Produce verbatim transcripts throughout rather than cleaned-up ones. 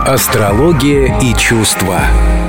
Астрология и чувства.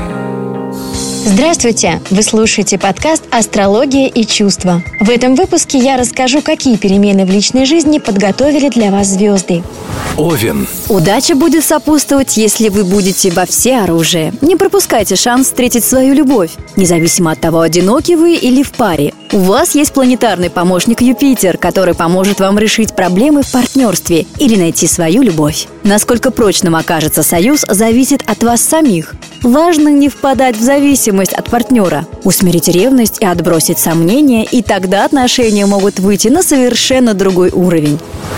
Здравствуйте! Вы слушаете подкаст «Астрология и чувства». В этом выпуске я расскажу, какие перемены в личной жизни подготовили для вас звезды. Овен. Удача будет сопутствовать, если вы будете во всеоружии. Не пропускайте шанс встретить свою любовь, независимо от того, одиноки вы или в паре. У вас есть планетарный помощник Юпитер, который поможет вам решить проблемы в партнерстве или найти свою любовь. Насколько прочным окажется союз, зависит от вас самих. Важно не впадать в зависимость от партнера, усмирить ревность и отбросить сомнения, и тогда отношения могут выйти на совершенно другой уровень.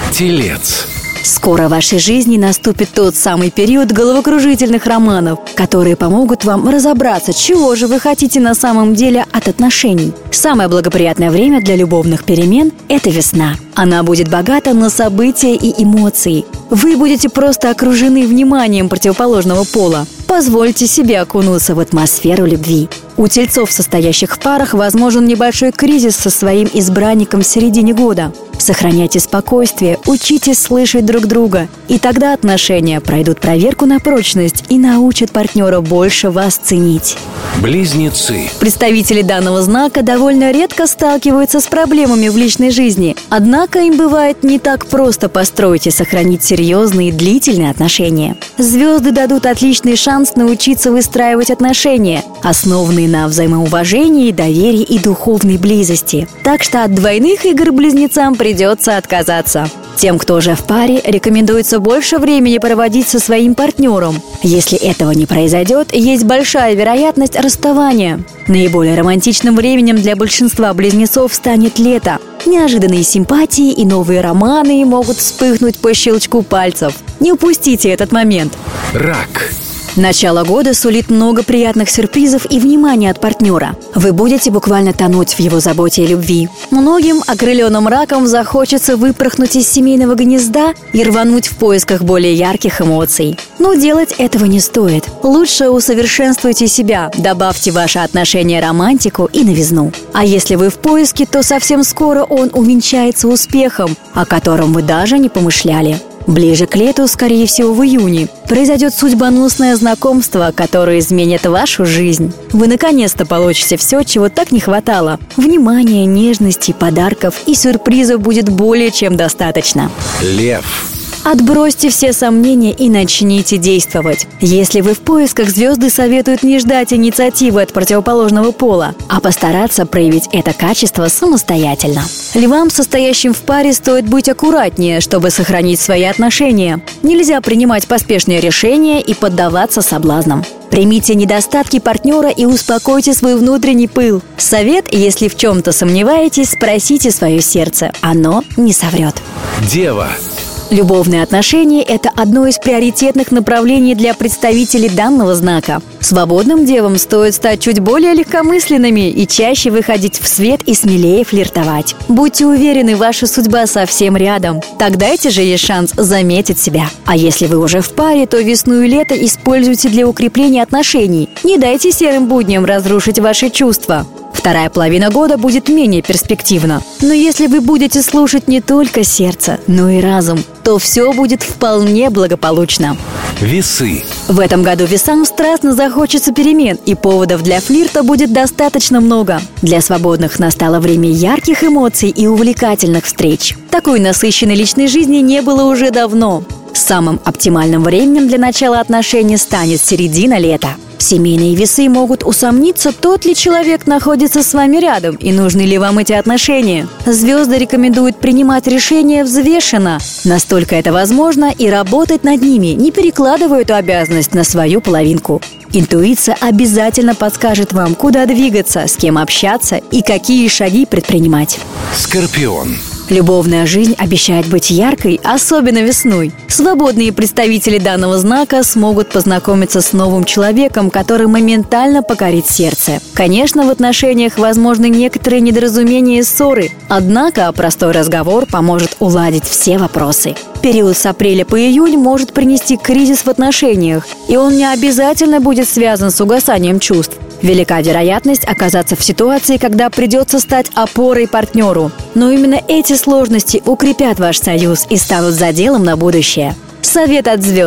Телец. Скоро в вашей жизни наступит тот самый период головокружительных романов, которые помогут вам разобраться, чего же вы хотите на самом деле от отношений. Самое благоприятное время для любовных перемен – это весна. Она будет богата на события и эмоции. Вы будете просто окружены вниманием противоположного пола. Позвольте себе окунуться в атмосферу любви. У тельцов, состоящих в парах, возможен небольшой кризис со своим избранником в середине года. Сохраняйте спокойствие, учитесь слышать друг друга, и тогда отношения пройдут проверку на прочность и научат партнера больше вас ценить. Близнецы. Представители данного знака довольно редко сталкиваются с проблемами в личной жизни, однако им бывает не так просто построить и сохранить серьезные и длительные отношения. Звезды дадут отличный шанс научиться выстраивать отношения, основанные на взаимоуважении, доверии и духовной близости. Так что от двойных игр близнецам придется отказаться. Тем, кто уже в паре, рекомендуется больше времени проводить со своим партнером. Если этого не произойдет, есть большая вероятность расставания. Наиболее романтичным временем для большинства близнецов станет лето. Неожиданные симпатии и новые романы могут вспыхнуть по щелчку пальцев. Не упустите этот момент. Рак. Начало года сулит много приятных сюрпризов и внимания от партнера. Вы будете буквально тонуть в его заботе и любви. Многим, окрыленным раком, захочется выпорхнуть из семейного гнезда и рвануть в поисках более ярких эмоций. Но делать этого не стоит. Лучше усовершенствуйте себя, добавьте в ваши отношения романтику и новизну. А если вы в поиске, то совсем скоро он увенчается успехом, о котором вы даже не помышляли. Ближе к лету, скорее всего в июне, произойдет судьбоносное знакомство, которое изменит вашу жизнь. Вы наконец-то получите все, чего так не хватало. Внимания, нежности, подарков и сюрпризов будет более чем достаточно. Лев. Отбросьте все сомнения и начните действовать. Если вы в поисках, звезды советуют не ждать инициативы от противоположного пола, а постараться проявить это качество самостоятельно. Львам, состоящим в паре, стоит быть аккуратнее, чтобы сохранить свои отношения. Нельзя принимать поспешные решения и поддаваться соблазнам. Примите недостатки партнера и успокойте свой внутренний пыл. Совет: если в чем-то сомневаетесь, спросите свое сердце. Оно не соврет. Дева. Любовные отношения – это одно из приоритетных направлений для представителей данного знака. Свободным девам стоит стать чуть более легкомысленными и чаще выходить в свет и смелее флиртовать. Будьте уверены, ваша судьба совсем рядом. Так дайте же ей шанс заметить себя. А если вы уже в паре, то весну и лето используйте для укрепления отношений. Не дайте серым будням разрушить ваши чувства. Вторая половина года будет менее перспективна. Но если вы будете слушать не только сердце, но и разум, то все будет вполне благополучно. Весы. В этом году весам страстно захочется перемен, и поводов для флирта будет достаточно много. Для свободных настало время ярких эмоций и увлекательных встреч. Такой насыщенной личной жизни не было уже давно. Самым оптимальным временем для начала отношений станет середина лета. Семейные весы могут усомниться, тот ли человек находится с вами рядом и нужны ли вам эти отношения. Звезды рекомендуют принимать решения взвешенно, настолько это возможно, и работать над ними, не перекладывая эту обязанность на свою половинку. Интуиция обязательно подскажет вам, куда двигаться, с кем общаться и какие шаги предпринимать. Скорпион. Любовная жизнь обещает быть яркой, особенно весной. Свободные представители данного знака смогут познакомиться с новым человеком, который моментально покорит сердце. Конечно, в отношениях возможны некоторые недоразумения и ссоры, однако простой разговор поможет уладить все вопросы. Период с апреля по июнь может принести кризис в отношениях, и он не обязательно будет связан с угасанием чувств. Велика вероятность оказаться в ситуации, когда придется стать опорой партнеру. Но именно эти сложности укрепят ваш союз и станут заделом на будущее. Совет от звезд.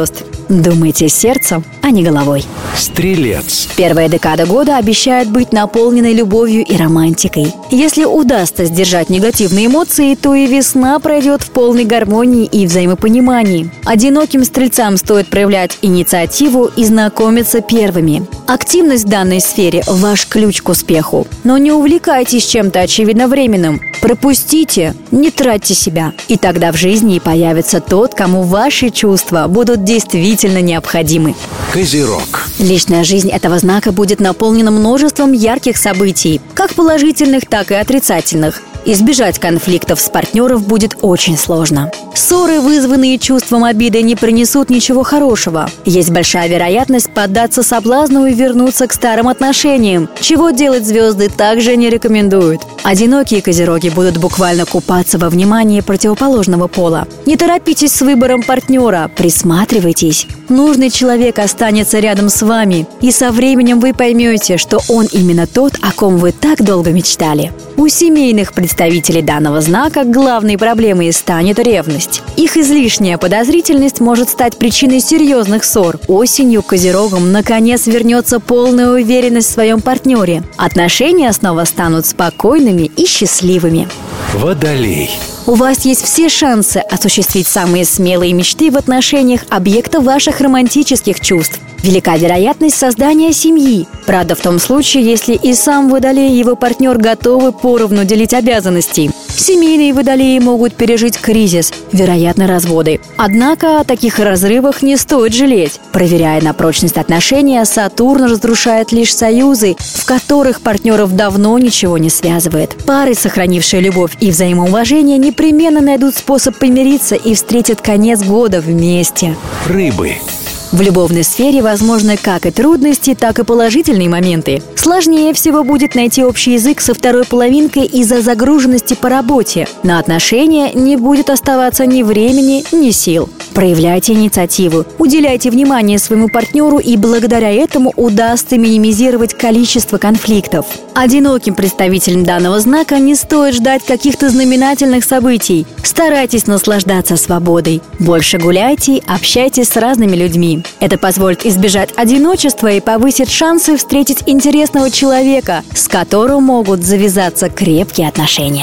Думайте сердцем, а не головой. Стрелец. Первая декада года обещает быть наполненной любовью и романтикой. Если удастся сдержать негативные эмоции, то и весна пройдет в полной гармонии и взаимопонимании. Одиноким стрельцам стоит проявлять инициативу и знакомиться первыми. Активность в данной сфере – ваш ключ к успеху. Но не увлекайтесь чем-то очевидно временным. Пропустите, не тратьте себя. И тогда в жизни и появится тот, кому ваши чувства будут действительно необходимы. Козерог. Личная жизнь этого знака будет наполнена множеством ярких событий, как положительных, так и отрицательных. Избежать конфликтов с партнером будет очень сложно. Ссоры, вызванные чувством обиды, не принесут ничего хорошего. Есть большая вероятность поддаться соблазну и вернуться к старым отношениям, чего делать звезды также не рекомендуют. Одинокие козероги будут буквально купаться во внимании противоположного пола. Не торопитесь с выбором партнера, присматривайтесь. Нужный человек останется рядом с вами, и со временем вы поймете, что он именно тот, о ком вы так долго мечтали. У семейных представителей данного знака главной проблемой станет ревность. Их излишняя подозрительность может стать причиной серьезных ссор. Осенью к козерогам наконец вернется полная уверенность в своем партнере. Отношения снова станут спокойными и счастливыми. Водолей. У вас есть все шансы осуществить самые смелые мечты в отношениях объекта ваших романтических чувств. Велика вероятность создания семьи. Правда, в том случае, если и сам водолей, и его партнер готовы поровну делить обязанности. Семейные водолеи могут пережить кризис, вероятно, разводы. Однако о таких разрывах не стоит жалеть. Проверяя на прочность отношения, Сатурн разрушает лишь союзы, в которых партнеров давно ничего не связывает. Пары, сохранившие любовь и взаимоуважение, непременно найдут способ помириться и встретят конец года вместе. Рыбы. В любовной сфере возможны как и трудности, так и положительные моменты. Сложнее всего будет найти общий язык со второй половинкой из-за загруженности по работе. На отношения не будет оставаться ни времени, ни сил. Проявляйте инициативу, уделяйте внимание своему партнеру, и благодаря этому удастся минимизировать количество конфликтов. Одиноким представителям данного знака не стоит ждать каких-то знаменательных событий. Старайтесь наслаждаться свободой. Больше гуляйте, общайтесь с разными людьми. Это позволит избежать одиночества и повысит шансы встретить интересного человека, с которым могут завязаться крепкие отношения.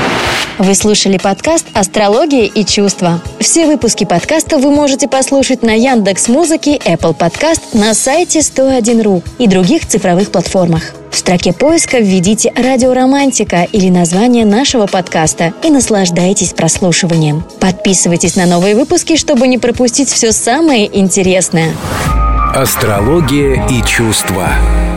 Вы слушали подкаст «Астрология и чувства». Все выпуски подкаста вы можете послушать на Яндекс.Музыке, Apple Podcast, на сайте сто один точка ру и других цифровых платформах. В строке поиска введите «Радио Романтика» или название нашего подкаста и наслаждайтесь прослушиванием. Подписывайтесь на новые выпуски, чтобы не пропустить все самое интересное. Астрология и чувства.